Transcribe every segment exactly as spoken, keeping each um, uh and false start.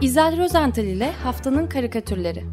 İzel Rozental ile Haftanın Karikatürleri.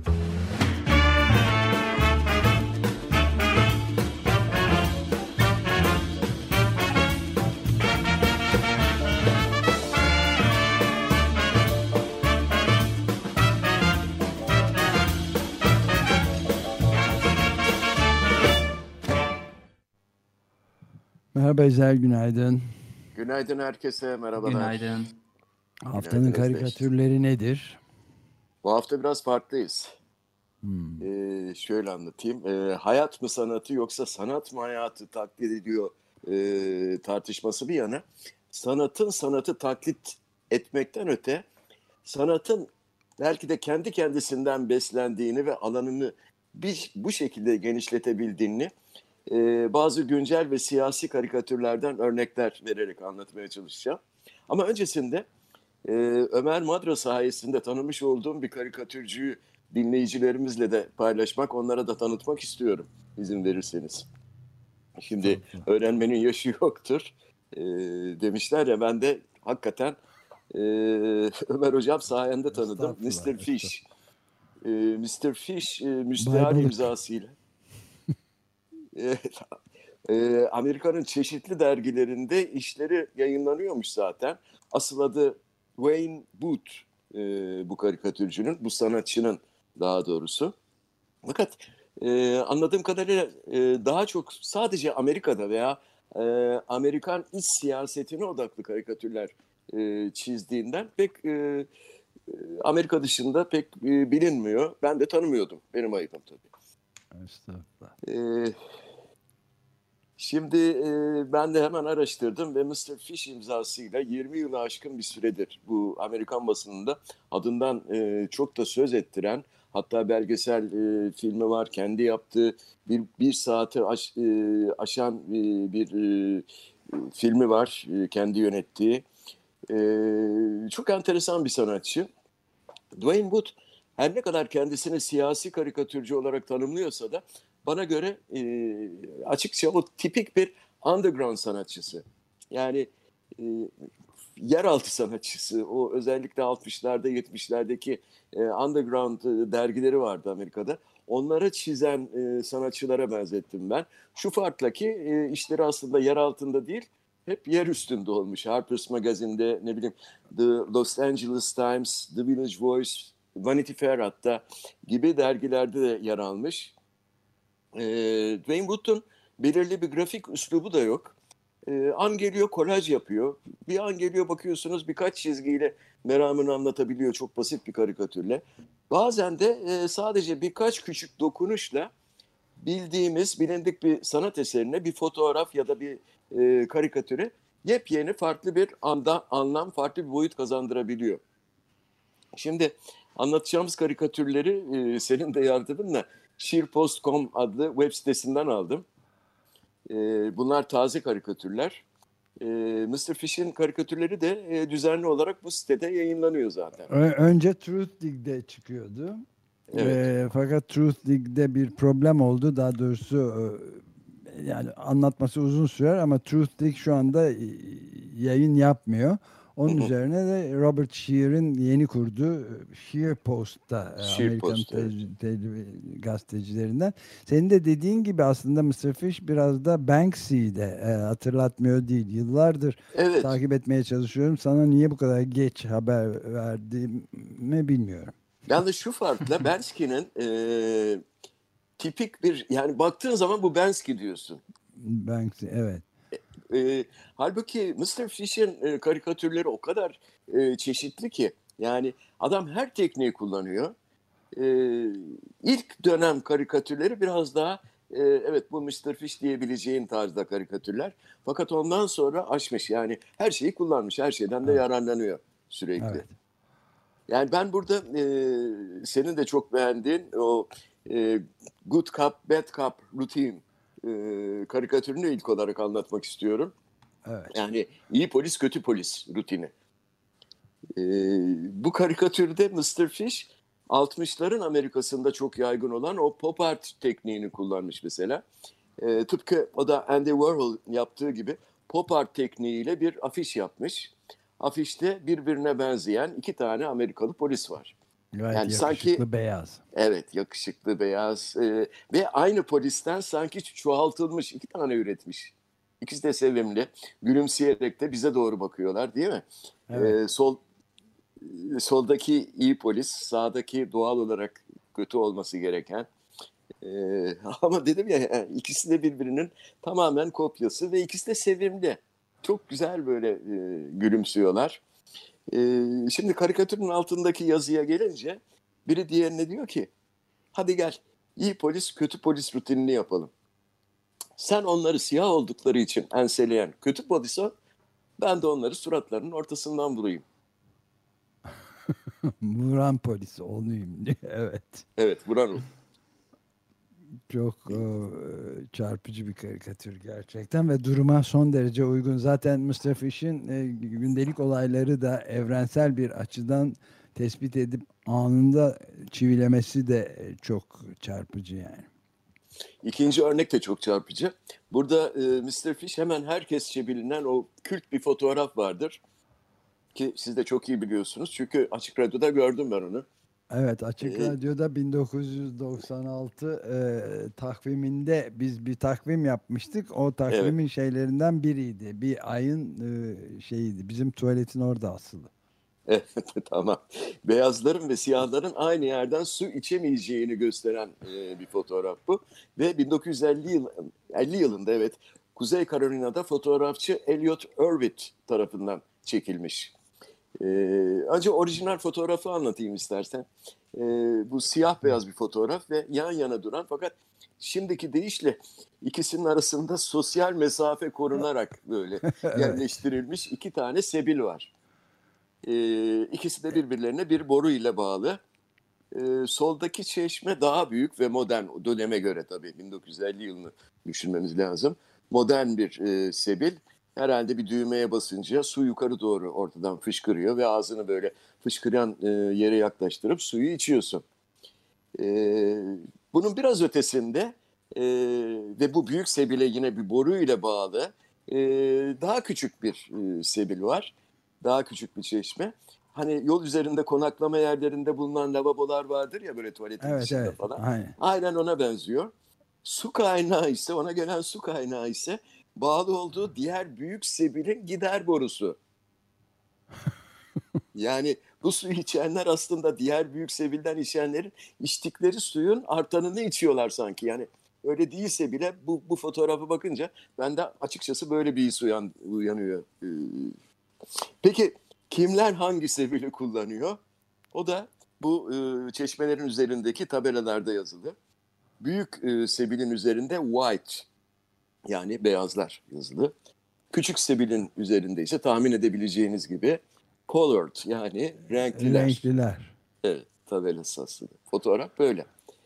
Merhaba İzel, günaydın. Günaydın herkese, merhabalar. Günaydın. Haftanın Günaydın karikatürleri Özdeş. nedir? Bu hafta biraz farklıyız. Hmm. Ee, şöyle anlatayım. Ee, hayat mı sanatı yoksa sanat mı hayatı taklit ediyor ee, tartışması bir yana. Sanatın sanatı taklit etmekten öte, sanatın belki de kendi kendisinden beslendiğini ve alanını bir, bu şekilde genişletebildiğini ee, bazı güncel ve siyasi karikatürlerden örnekler vererek anlatmaya çalışacağım. Ama öncesinde e, Ömer Madra sayesinde tanımış olduğum bir karikatürcüyü dinleyicilerimizle de paylaşmak, onlara da tanıtmak istiyorum izin verirseniz. Şimdi öğrenmenin yaşı yoktur e, demişler ya, ben de hakikaten e, Ömer Hocam sayende tanıdım. mister Fish. E, mister Fish e, müstehar imzasıyla. Evet, e, Amerika'nın çeşitli dergilerinde işleri yayınlanıyormuş zaten. Asıl adı Wayne Booth, e, bu karikatürcünün, bu sanatçının daha doğrusu. Fakat e, anladığım kadarıyla e, daha çok sadece Amerika'da veya e, Amerikan iç siyasetine odaklı karikatürler e, çizdiğinden pek e, Amerika dışında pek e, bilinmiyor. Ben de tanımıyordum. Benim ayıbım tabii. Estağfurullah. E, Şimdi e, ben de hemen araştırdım ve mister Fish imzasıyla yirmi yılı aşkın bir süredir bu Amerikan basınında adından e, çok da söz ettiren, hatta belgesel e, filmi var, kendi yaptığı bir, bir saati aş, e, aşan e, bir e, filmi var, e, kendi yönettiği. E, çok enteresan bir sanatçı. Dwayne Booth her ne kadar kendisini siyasi karikatürcü olarak tanımlıyorsa da bana göre e, açıkça o tipik bir underground sanatçısı. Yani e, yeraltı sanatçısı. O özellikle altmışlarda yetmişlerdeki e, underground e, dergileri vardı Amerika'da. Onlara çizen e, sanatçılara benzettim ben. Şu farkla ki e, işleri aslında yer altında değil, hep yer üstünde olmuş. Harper's Magazine'de, ne bileyim, The Los Angeles Times, The Village Voice, Vanity Fair hatta gibi dergilerde de yer almış. E, Dwayne Booth'un belirli bir grafik üslubu da yok. E, an geliyor kolaj yapıyor. Bir an geliyor bakıyorsunuz birkaç çizgiyle meramını anlatabiliyor çok basit bir karikatürle. Bazen de e, sadece birkaç küçük dokunuşla bildiğimiz, bilindik bir sanat eserine, bir fotoğraf ya da bir e, karikatüre yepyeni farklı bir anda, anlam, farklı bir boyut kazandırabiliyor. Şimdi anlatacağımız karikatürleri e, senin de yardımınla Sheerpost nokta com adlı web sitesinden aldım. E, bunlar taze karikatürler. E, mister Fish'in karikatürleri de e, düzenli olarak bu sitede yayınlanıyor zaten. Önce Truthdig'de çıkıyordu. Evet. E, fakat Truthdig'de bir problem oldu. Daha doğrusu e, yani anlatması uzun sürer ama Truthdig şu anda e, yayın yapmıyor. Onun üzerine de Robert Shear'in yeni kurduğu Sheerpost'ta, Sheerpost, Amerikan evet. te- te- gazetecilerinden. Senin de dediğin gibi aslında mister Fish biraz da Banksy'yi de e, hatırlatmıyor değil. Yıllardır Evet. takip etmeye çalışıyorum. Sana niye bu kadar geç haber verdiğimi bilmiyorum. Yalnız şu farkla Bansky'nin e, tipik bir, yani baktığın zaman bu Bansky diyorsun. Banksy, evet. E, halbuki mister Fish'in e, karikatürleri o kadar e, çeşitli ki, yani adam her tekniği kullanıyor. E, ilk dönem karikatürleri biraz daha e, evet bu mister Fish diyebileceğin tarzda karikatürler. Fakat ondan sonra aşmış, yani her şeyi kullanmış, her şeyden de Evet. yararlanıyor sürekli. Evet. Yani ben burada e, senin de çok beğendiğin o e, Good Cop, Bad Cop routine e, karikatürünü ilk olarak anlatmak istiyorum. Evet. Yani iyi polis, kötü polis rutini. E, bu karikatürde mister Fish altmışların Amerika'sında çok yaygın olan o pop art tekniğini kullanmış mesela. E, tıpkı o da Andy Warhol yaptığı gibi pop art tekniğiyle bir afiş yapmış. afişte birbirine benzeyen iki tane Amerikalı polis var. Gayet Yani yakışıklı sanki beyaz. evet yakışıklı beyaz e, ve aynı polisten sanki çoğaltılmış iki tane üretmiş. İkisi de sevimli. Gülümseyerek de bize doğru bakıyorlar değil mi? Evet. E, sol soldaki iyi polis, sağdaki doğal olarak kötü olması gereken. Ee, ama dedim ya yani ikisi de birbirinin tamamen kopyası ve ikisi de sevimli. Çok güzel böyle e, gülümsüyorlar. E, şimdi karikatürün altındaki yazıya gelince biri diğerine diyor ki hadi gel iyi polis kötü polis rutinini yapalım. Sen onları siyah oldukları için enseleyen kötü polis ol, ben de onları suratlarının ortasından vurayım. Vuran polis olayım diye. Evet. Evet vuran ol. Çok e, çarpıcı bir karikatür gerçekten ve duruma son derece uygun. Zaten mister Fish'in e, gündelik olayları da evrensel bir açıdan tespit edip anında çivilemesi de e, çok çarpıcı yani. İkinci örnek de çok çarpıcı. Burada e, mister Fish hemen herkesçe bilinen o kült bir fotoğraf vardır. Ki siz de çok iyi biliyorsunuz. Çünkü Açık Radyo'da gördüm ben onu. Evet, Açık Ee, Radyo'da bin dokuz yüz doksan altı e, takviminde biz bir takvim yapmıştık. O evet, takvimin şeylerinden biriydi. Bir ayın e, şeyiydi. Bizim tuvaletin orada asılı. evet tamam. Beyazların ve siyahların aynı yerden su içemeyeceğini gösteren e, bir fotoğraf bu. Ve bin dokuz yüz elli, yıl, elli yılında evet Kuzey Carolina'da fotoğrafçı Elliot Erwitt tarafından çekilmiş. Ee, ancak orijinal fotoğrafı anlatayım istersen. Ee, bu siyah beyaz bir fotoğraf ve yan yana duran fakat şimdiki deyişle ikisinin arasında sosyal mesafe korunarak böyle Evet. yerleştirilmiş iki tane sebil var. Ee, ikisi de birbirlerine bir boru ile bağlı. Ee, soldaki çeşme daha büyük ve modern, o döneme göre tabii bin dokuz yüz elli yılını düşünmemiz lazım. Modern bir e, sebil. Herhalde bir düğmeye basınca su yukarı doğru ortadan fışkırıyor ve ağzını böyle fışkıran e, yere yaklaştırıp suyu içiyorsun. E, bunun biraz ötesinde e, ve bu büyük sebile yine bir boru ile bağlı e, daha küçük bir e, sebil var. Daha küçük bir çeşme. Hani yol üzerinde konaklama yerlerinde bulunan lavabolar vardır ya böyle tuvaletin Evet, dışında evet. falan. Aynen. Aynen ona benziyor. Su kaynağı ise ona gelen su kaynağı ise bağlı olduğu diğer büyük sebilin gider borusu. Yani bu suyu içenler aslında diğer büyük sebilden içenlerin içtikleri suyun artanını içiyorlar sanki. Yani öyle değilse bile bu, bu fotoğrafa bakınca bende açıkçası böyle bir his uyan, uyanıyor. Ee, peki kimler hangi sebili kullanıyor? O da bu e, çeşmelerin üzerindeki tabelalarda yazılı. Büyük e, sebilin üzerinde white yani beyazlar yazılı. Küçük sebilin üzerinde ise tahmin edebileceğiniz gibi colored yani renkliler. Renkliler. Evet, tabelası aslında. Fotoğraf böyle.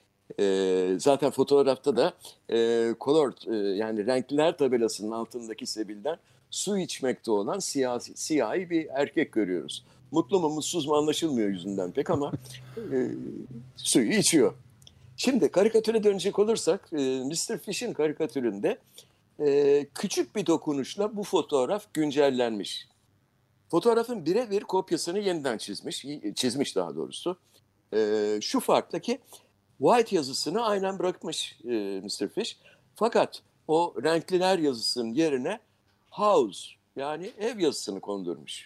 Ee, zaten fotoğrafta da e, colored e, yani renkliler tabelasının altındaki sebilden su içmekte olan siyasi, siyahi bir erkek görüyoruz. Mutlu mu mutsuz mu anlaşılmıyor yüzünden pek ama e, suyu içiyor. Şimdi karikatüre dönecek olursak e, mister Fish'in karikatüründe e, küçük bir dokunuşla bu fotoğraf güncellenmiş. Fotoğrafın birebir kopyasını yeniden çizmiş, çizmiş daha doğrusu. E, şu farkla ki White yazısını aynen bırakmış e, mister Fish. Fakat o renkliler yazısının yerine house yani ev yazısını kondurmuş.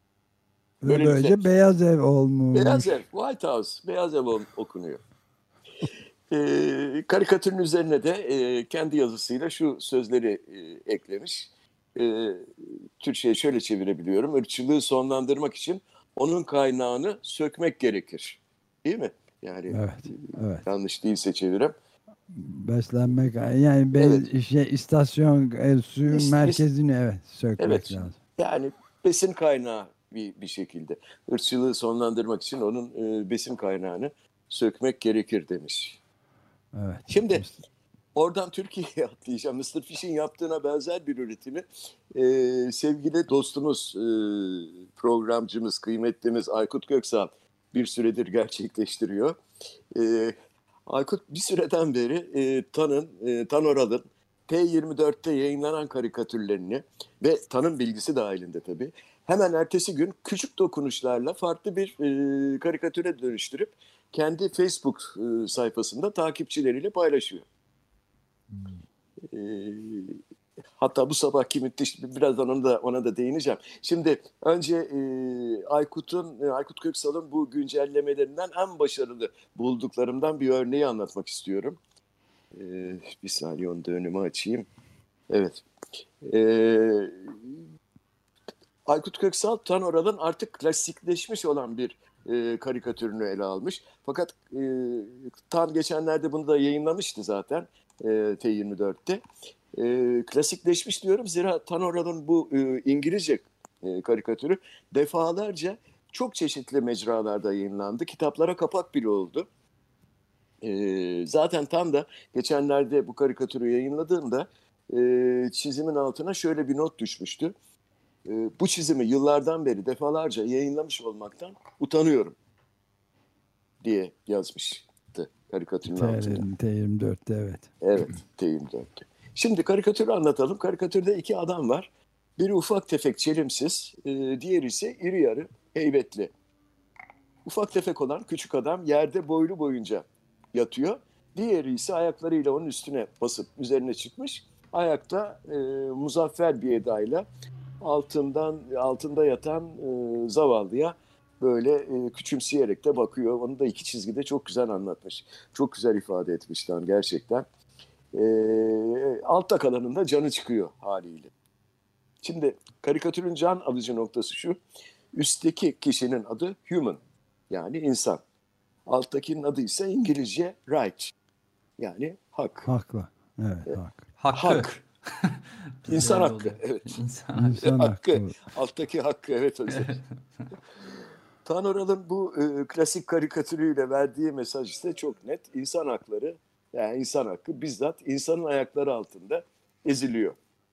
Ve Böylelikle böylece beyaz ev beyaz olmuş. ev, White House, beyaz ev okunuyor. E, karikatürün üzerine de e, kendi yazısıyla şu sözleri e, eklemiş. E, Türkçe'ye şöyle çevirebiliyorum. Irkçılığı sonlandırmak için onun kaynağını sökmek gerekir. Değil mi? Yani Evet, evet. yanlış değilse çevirem. Beslenmek yani be, Evet. şey istasyon e, suyun İst- ist- merkezini evet sökmek evet. lazım. Yani besin kaynağı bir, bir şekilde. Irkçılığı sonlandırmak için onun e, besin kaynağını sökmek gerekir demiş. Evet. Şimdi oradan Türkiye'ye atlayacağım. mister Fish'in yaptığına benzer bir üretimi e, sevgili dostumuz, e, programcımız, kıymetlimiz Aykut Göksal bir süredir gerçekleştiriyor. E, Aykut bir süreden beri e, Tan'ın, e, Tan Oral'ın T yirmi dörtte yayınlanan karikatürlerini ve Tan'ın bilgisi dahilinde tabii hemen ertesi gün küçük dokunuşlarla farklı bir e, karikatüre dönüştürüp kendi Facebook e, sayfasında takipçileriyle paylaşıyor. E, hatta bu sabahki müthiş, birazdan ona da, ona da değineceğim. Şimdi önce e, Aykut'un, e, Aykut Köksal'ın bu güncellemelerinden en başarılı bulduklarımdan bir örneği anlatmak istiyorum. E, bir saniye onu da önüme açayım. Evet. Eee Aykut Köksal, Tan Oral'ın artık klasikleşmiş olan bir e, karikatürünü ele almış. Fakat e, Tan geçenlerde bunu da yayınlamıştı zaten e, T yirmi dörtte. E, klasikleşmiş diyorum zira Tan Oral'ın bu e, İngilizce e, karikatürü defalarca çok çeşitli mecralarda yayınlandı. Kitaplara kapak bile oldu. E, zaten Tan da geçenlerde bu karikatürü yayınladığında e, çizimin altına şöyle bir not düşmüştü. Bu çizimi yıllardan beri defalarca yayınlamış olmaktan utanıyorum diye yazmıştı karikatürün altında. T yirmi dörtte evet. Evet, T yirmi dörtte. Şimdi karikatürü anlatalım. Karikatürde iki adam var. Biri ufak tefek, çelimsiz, diğeri ise iri yarı, heybetli. Ufak tefek olan küçük adam yerde boylu boyunca yatıyor. Diğeri ise ayaklarıyla onun üstüne basıp üzerine çıkmış. Ayakta e, muzaffer bir edayla altından altında yatan e, zavallıya böyle e, küçümseyerek de bakıyor. Onu da iki çizgide çok güzel anlatmış. Çok güzel ifade etmiş lan gerçekten. E, altta kalanın da canı çıkıyor haliyle. Şimdi karikatürün can alıcı noktası şu. Üstteki kişinin adı human, yani insan. Alttakinin adı ise İngilizce right, yani hak. Haklı. Evet, E, hak. Hakkı. Hak. İnsan hakkı, oluyor. evet. İnsan İnsan hakkı. hakkı. Alttaki hakkı, evet hocam. Tan Oral'ın bu e, klasik karikatürüyle verdiği mesaj ise çok net. İnsan hakları, yani insan hakkı bizzat insanın ayakları altında eziliyor.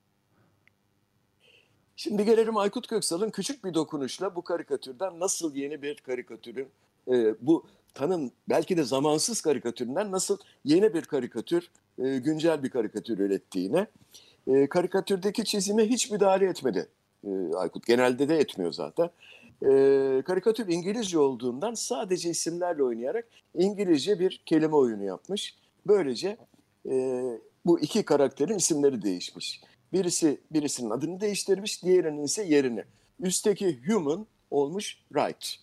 Şimdi gelelim Aykut Köksal'ın küçük bir dokunuşla bu karikatürden nasıl yeni bir karikatürün, e, bu Tan'ın belki de zamansız karikatüründen nasıl yeni bir karikatür, e, güncel bir karikatür ürettiğine. E, karikatürdeki çizime hiç müdahale etmedi e, Aykut. Genelde de etmiyor zaten. E, karikatür İngilizce olduğundan sadece isimlerle oynayarak İngilizce bir kelime oyunu yapmış. Böylece e, bu iki karakterin isimleri değişmiş. Birisi birisinin adını değiştirmiş, diğerinin ise yerini. Üstteki human olmuş right.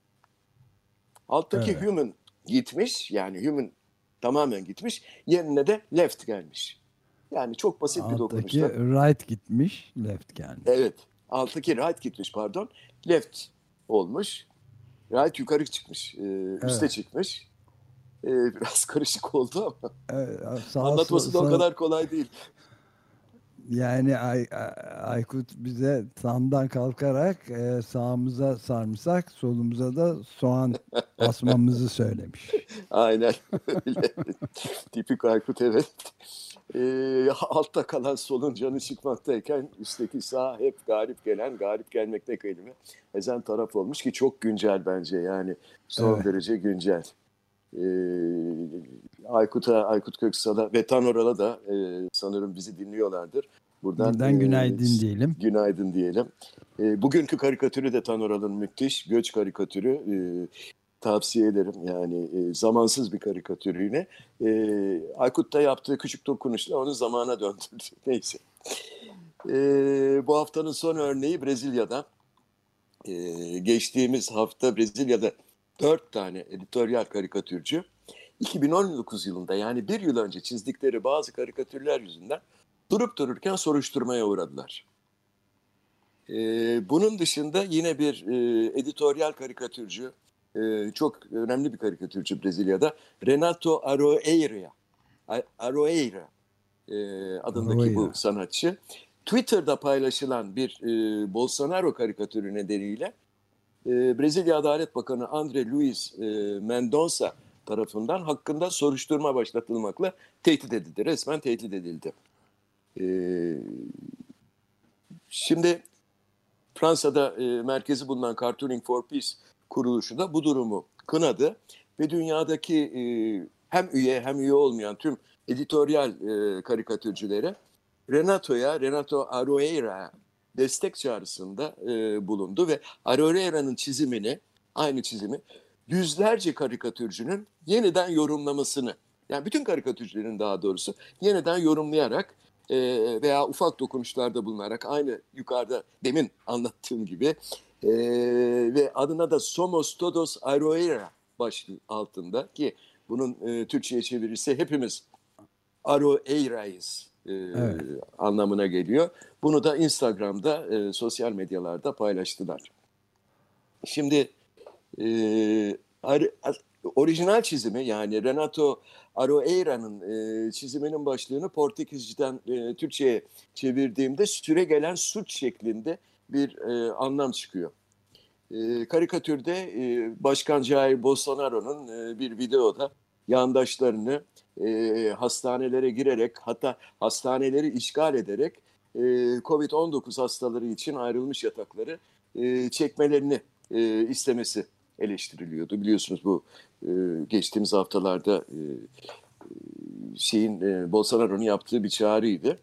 Alttaki Evet. human gitmiş, yani human tamamen gitmiş. Yerine de left gelmiş. Yani çok basit bir Alttaki dokunuşla. right gitmiş, left gelmiş. Evet. Alttaki right gitmiş pardon. Left olmuş. Right yukarı çıkmış. E, üste Evet. çıkmış. E, biraz karışık oldu ama Evet, sağ, anlatması da o sağ- kadar kolay değil. Yani Ay, Ay- Aykut bize Tan'dan kalkarak e, sağımıza sarımsak, solumuza da soğan basmamızı söylemiş. Aynen öyle. Tipik Aykut, evet. E, altta kalan solun canı çıkmaktayken üstteki sağ hep galip gelen, galip gelmek ne kelime, ezen taraf olmuş ki çok güncel bence, yani son Evet. derece güncel. E, Aykut'a, Aykut Köksal'a ve Tan Oral'a da e, sanırım bizi dinliyorlardır. Buradan, Buradan e, günaydın diyelim. Günaydın diyelim. E, bugünkü karikatürü de Tan Oral'ın müthiş. Göç karikatürü. E, tavsiye ederim. Yani e, zamansız bir karikatür yine. E, Aykut da yaptığı küçük dokunuşla onu zamana döndürdü. Neyse. E, bu haftanın son örneği Brezilya'dan. E, geçtiğimiz hafta Brezilya'da dört tane editoryal karikatürcü iki bin on dokuz yılında, yani bir yıl önce çizdikleri bazı karikatürler yüzünden durup dururken soruşturmaya uğradılar. Ee, bunun dışında yine bir e, editoryal karikatürcü, e, çok önemli bir karikatürcü Brezilya'da, Renato Aroeira, Aroeira e, adındaki Aroeira. bu sanatçı, Twitter'da paylaşılan bir e, Bolsonaro karikatürü nedeniyle e, Brezilya Adalet Bakanı André Luiz e, Mendonça tarafından hakkında soruşturma başlatılmakla tehdit edildi. Resmen tehdit edildi. Ee, şimdi Fransa'da e, merkezi bulunan Cartooning for Peace kuruluşu da bu durumu kınadı ve dünyadaki e, hem üye hem üye olmayan tüm editoryal e, karikatürcülere Renato'ya, Renato Aroeira'ya destek çağrısında e, bulundu ve Aroeira'nın çizimini, aynı çizimi yüzlerce karikatürcünün yeniden yorumlamasını, yani bütün karikatürcülerin daha doğrusu yeniden yorumlayarak e, veya ufak dokunuşlarda bulunarak, aynı yukarıda demin anlattığım gibi e, ve adına da Somos Todos Aroeira başlığı altında, ki bunun e, Türkçe'ye çevirisi hepimiz Aroeira'yız e, evet. anlamına geliyor. Bunu da Instagram'da, e, sosyal medyalarda paylaştılar. Şimdi e, orijinal çizimi, yani Renato Aroeira'nın e, çiziminin başlığını Portekizceden e, Türkçe'ye çevirdiğimde süregelen suç şeklinde bir e, anlam çıkıyor. E, karikatürde e, Başkan Jair Bolsonaro'nun e, bir videoda yandaşlarını e, hastanelere girerek, hatta hastaneleri işgal ederek e, kovid on dokuz hastaları için ayrılmış yatakları e, çekmelerini e, istemesi eleştiriliyordu. Biliyorsunuz bu e, geçtiğimiz haftalarda e, şeyin e, Bolsonaro'nun yaptığı bir çağrıydı.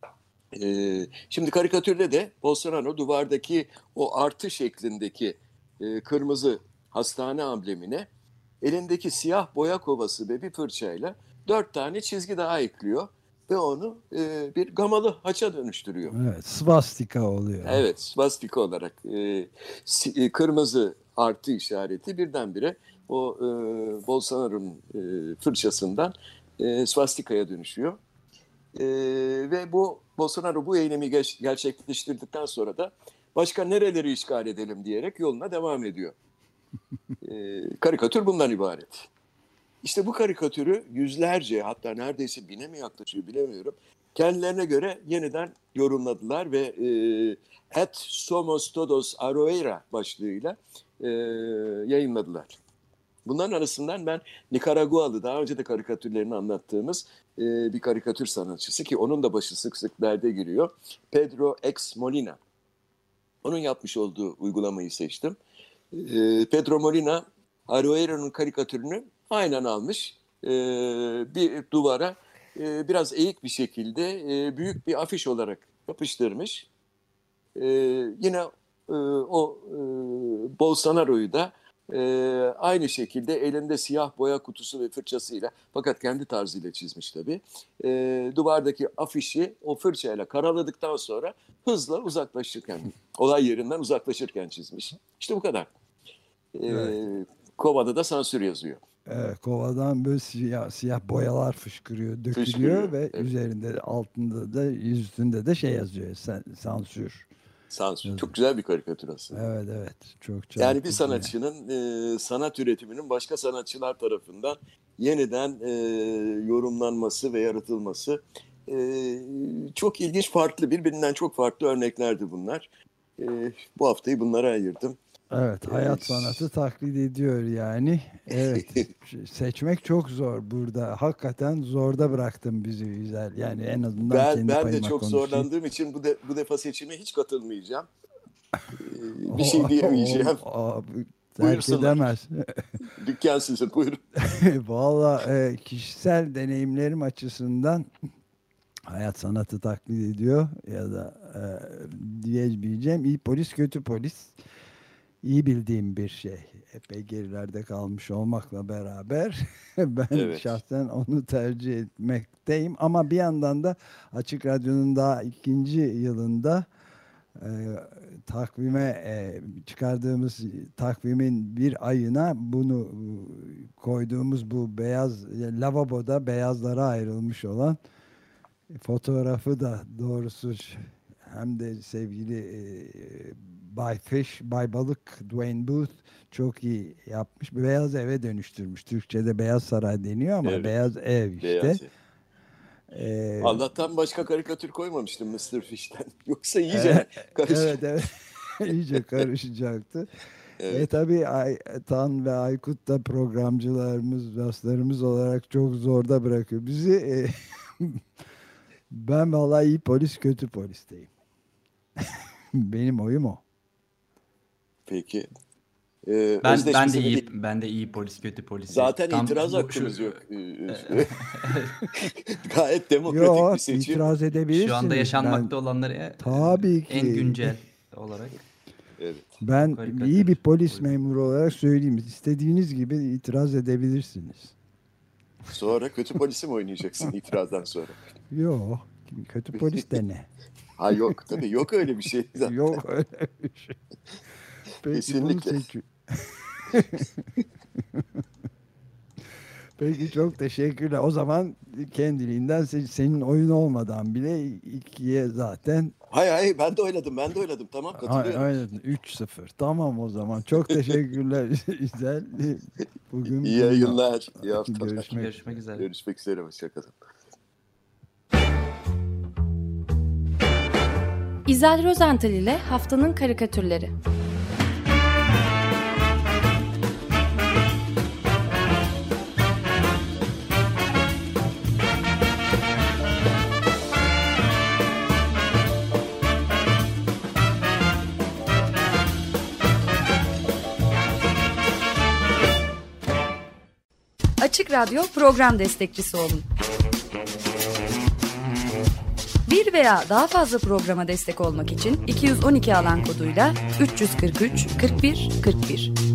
E, şimdi karikatürde de Bolsonaro duvardaki o artı şeklindeki e, kırmızı hastane amblemine elindeki siyah boya kovası ve bir fırçayla dört tane çizgi daha ekliyor ve onu e, bir gamalı haça dönüştürüyor. Evet, svastika oluyor. Evet, svastika olarak e, si, e, kırmızı artı işareti birdenbire o e, Bolsonaro'nun e, fırçasından e, svastikaya dönüşüyor. E, ve bu Bolsonaro bu eylemi geç, gerçekleştirdikten sonra da başka nereleri işgal edelim diyerek yoluna devam ediyor. E, karikatür bundan ibaret. İşte bu karikatürü yüzlerce, hatta neredeyse bine mi yaklaşıyor bilemiyorum, kendilerine göre yeniden yorumladılar ve e, Et Somos Todos Aroeira başlığıyla e, yayınladılar. Bunların arasından ben Nikaragualı, daha önce de karikatürlerini anlattığımız e, bir karikatür sanatçısı, ki onun da başı sık sık derde giriyor, Pedro X Molina. Onun yapmış olduğu uygulamayı seçtim. E, Pedro Molina, Aroeira'nın karikatürünü aynen almış, e, bir duvara e, biraz eğik bir şekilde e, büyük bir afiş olarak yapıştırmış. E, yine e, o e, Bolsonaro'yu da e, aynı şekilde elinde siyah boya kutusu ve fırçasıyla, fakat kendi tarzıyla çizmiş tabii, e, duvardaki afişi o fırçayla karaladıktan sonra hızla uzaklaşırken, olay yerinden uzaklaşırken çizmiş. İşte bu kadar. E, evet. Kovada da sansür yazıyor. Evet, kovadan böyle siyah, siyah boyalar fışkırıyor, dökülüyor fışkırıyor, ve evet. Üzerinde, altında da, üstünde de şey yazıyor, sansür. Sansür. Çok güzel bir karikatür aslında. Evet, evet. Çok çok. Yani bir sanatçının e, sanat üretiminin başka sanatçılar tarafından yeniden e, yorumlanması ve yaratılması e, çok ilginç, farklı, birbirinden çok farklı örneklerdi bunlar. E, bu haftayı bunlara ayırdım. Evet, hayat sanatı taklit ediyor yani. Evet, seçmek çok zor burada. Hakikaten zorda bıraktım bizi güzel. Yani en azından ben, kendi ben payıma de çok konuşayım. zorlandığım için bu, de, bu defa seçime hiç katılmayacağım. Ee, bir şey diyemeyeceğim. Terk edemez. Dükkan sizin, buyurun. Valla e, kişisel deneyimlerim açısından hayat sanatı taklit ediyor ya da e, diyeceğim, iyi polis kötü polis. İyi bildiğim bir şey. Epey gerilerde kalmış olmakla beraber ben evet. şahsen onu tercih etmekteyim. Ama bir yandan da Açık Radyo'nun daha ikinci yılında e, takvime e, çıkardığımız takvimin bir ayına bunu koyduğumuz bu beyaz lavaboda beyazlara ayrılmış olan fotoğrafı da doğrusu hem de sevgili e, Bay Fish, Bay Balık Dwayne Booth çok iyi yapmış. Beyaz eve dönüştürmüş. Türkçe'de Beyaz Saray deniyor ama evet. Beyaz ev işte. Beyaz ev. Ee, Allah'tan başka karikatür koymamıştım mister Fish'ten. Yoksa iyice evet, karışacaktı. Evet evet. iyice karışacaktı. Evet. E tabii Tan ve Aykut da programcılarımız, dostlarımız olarak çok zorda bırakıyor bizi. E, ben vallahi iyi polis kötü polisteyim. Benim oyum o. Peki. e, Ben ben de özdeşmesini iyi değil. ben de iyi polis kötü polis. Zaten Tam itiraz bu- hakkımız şu- yok. Ee, Gayet demokratik Yok, bir seçim. itiraz edebilirsiniz. Şu anda yaşanmakta Ben, olanları e, tabii ki. en güncel olarak. Evet. ben Karikatür. iyi bir polis Buyurun. memuru olarak söyleyeyim. İstediğiniz gibi itiraz edebilirsiniz. Sonra kötü polisi mi oynayacaksın itirazdan sonra? Yok. Kötü polis de ne? Ha yok tabii yok öyle bir şey. Zaten. Yok öyle bir şey. Peki Kesinlikle. bunu seçi- Peki çok teşekkürler. O zaman kendiliğinden se- senin oyun olmadan bile ikiye zaten Hayır hayır ben de oynadım ben de oynadım tamam katılıyorum. aynen üç sıfır. Tamam o zaman. Çok teşekkürler İzel. Bugün İyi yayınlar, iyi haftalar. Görüşmek Görüşmek üzere. Görüşmek üzere hoşçakalın. İzel Rozental ile Haftanın Karikatürleri. Açık Radyo program destekçisi olun. Bir veya daha fazla programa destek olmak için iki yüz on iki alan koduyla üç yüz kırk üç kırk bir kırk bir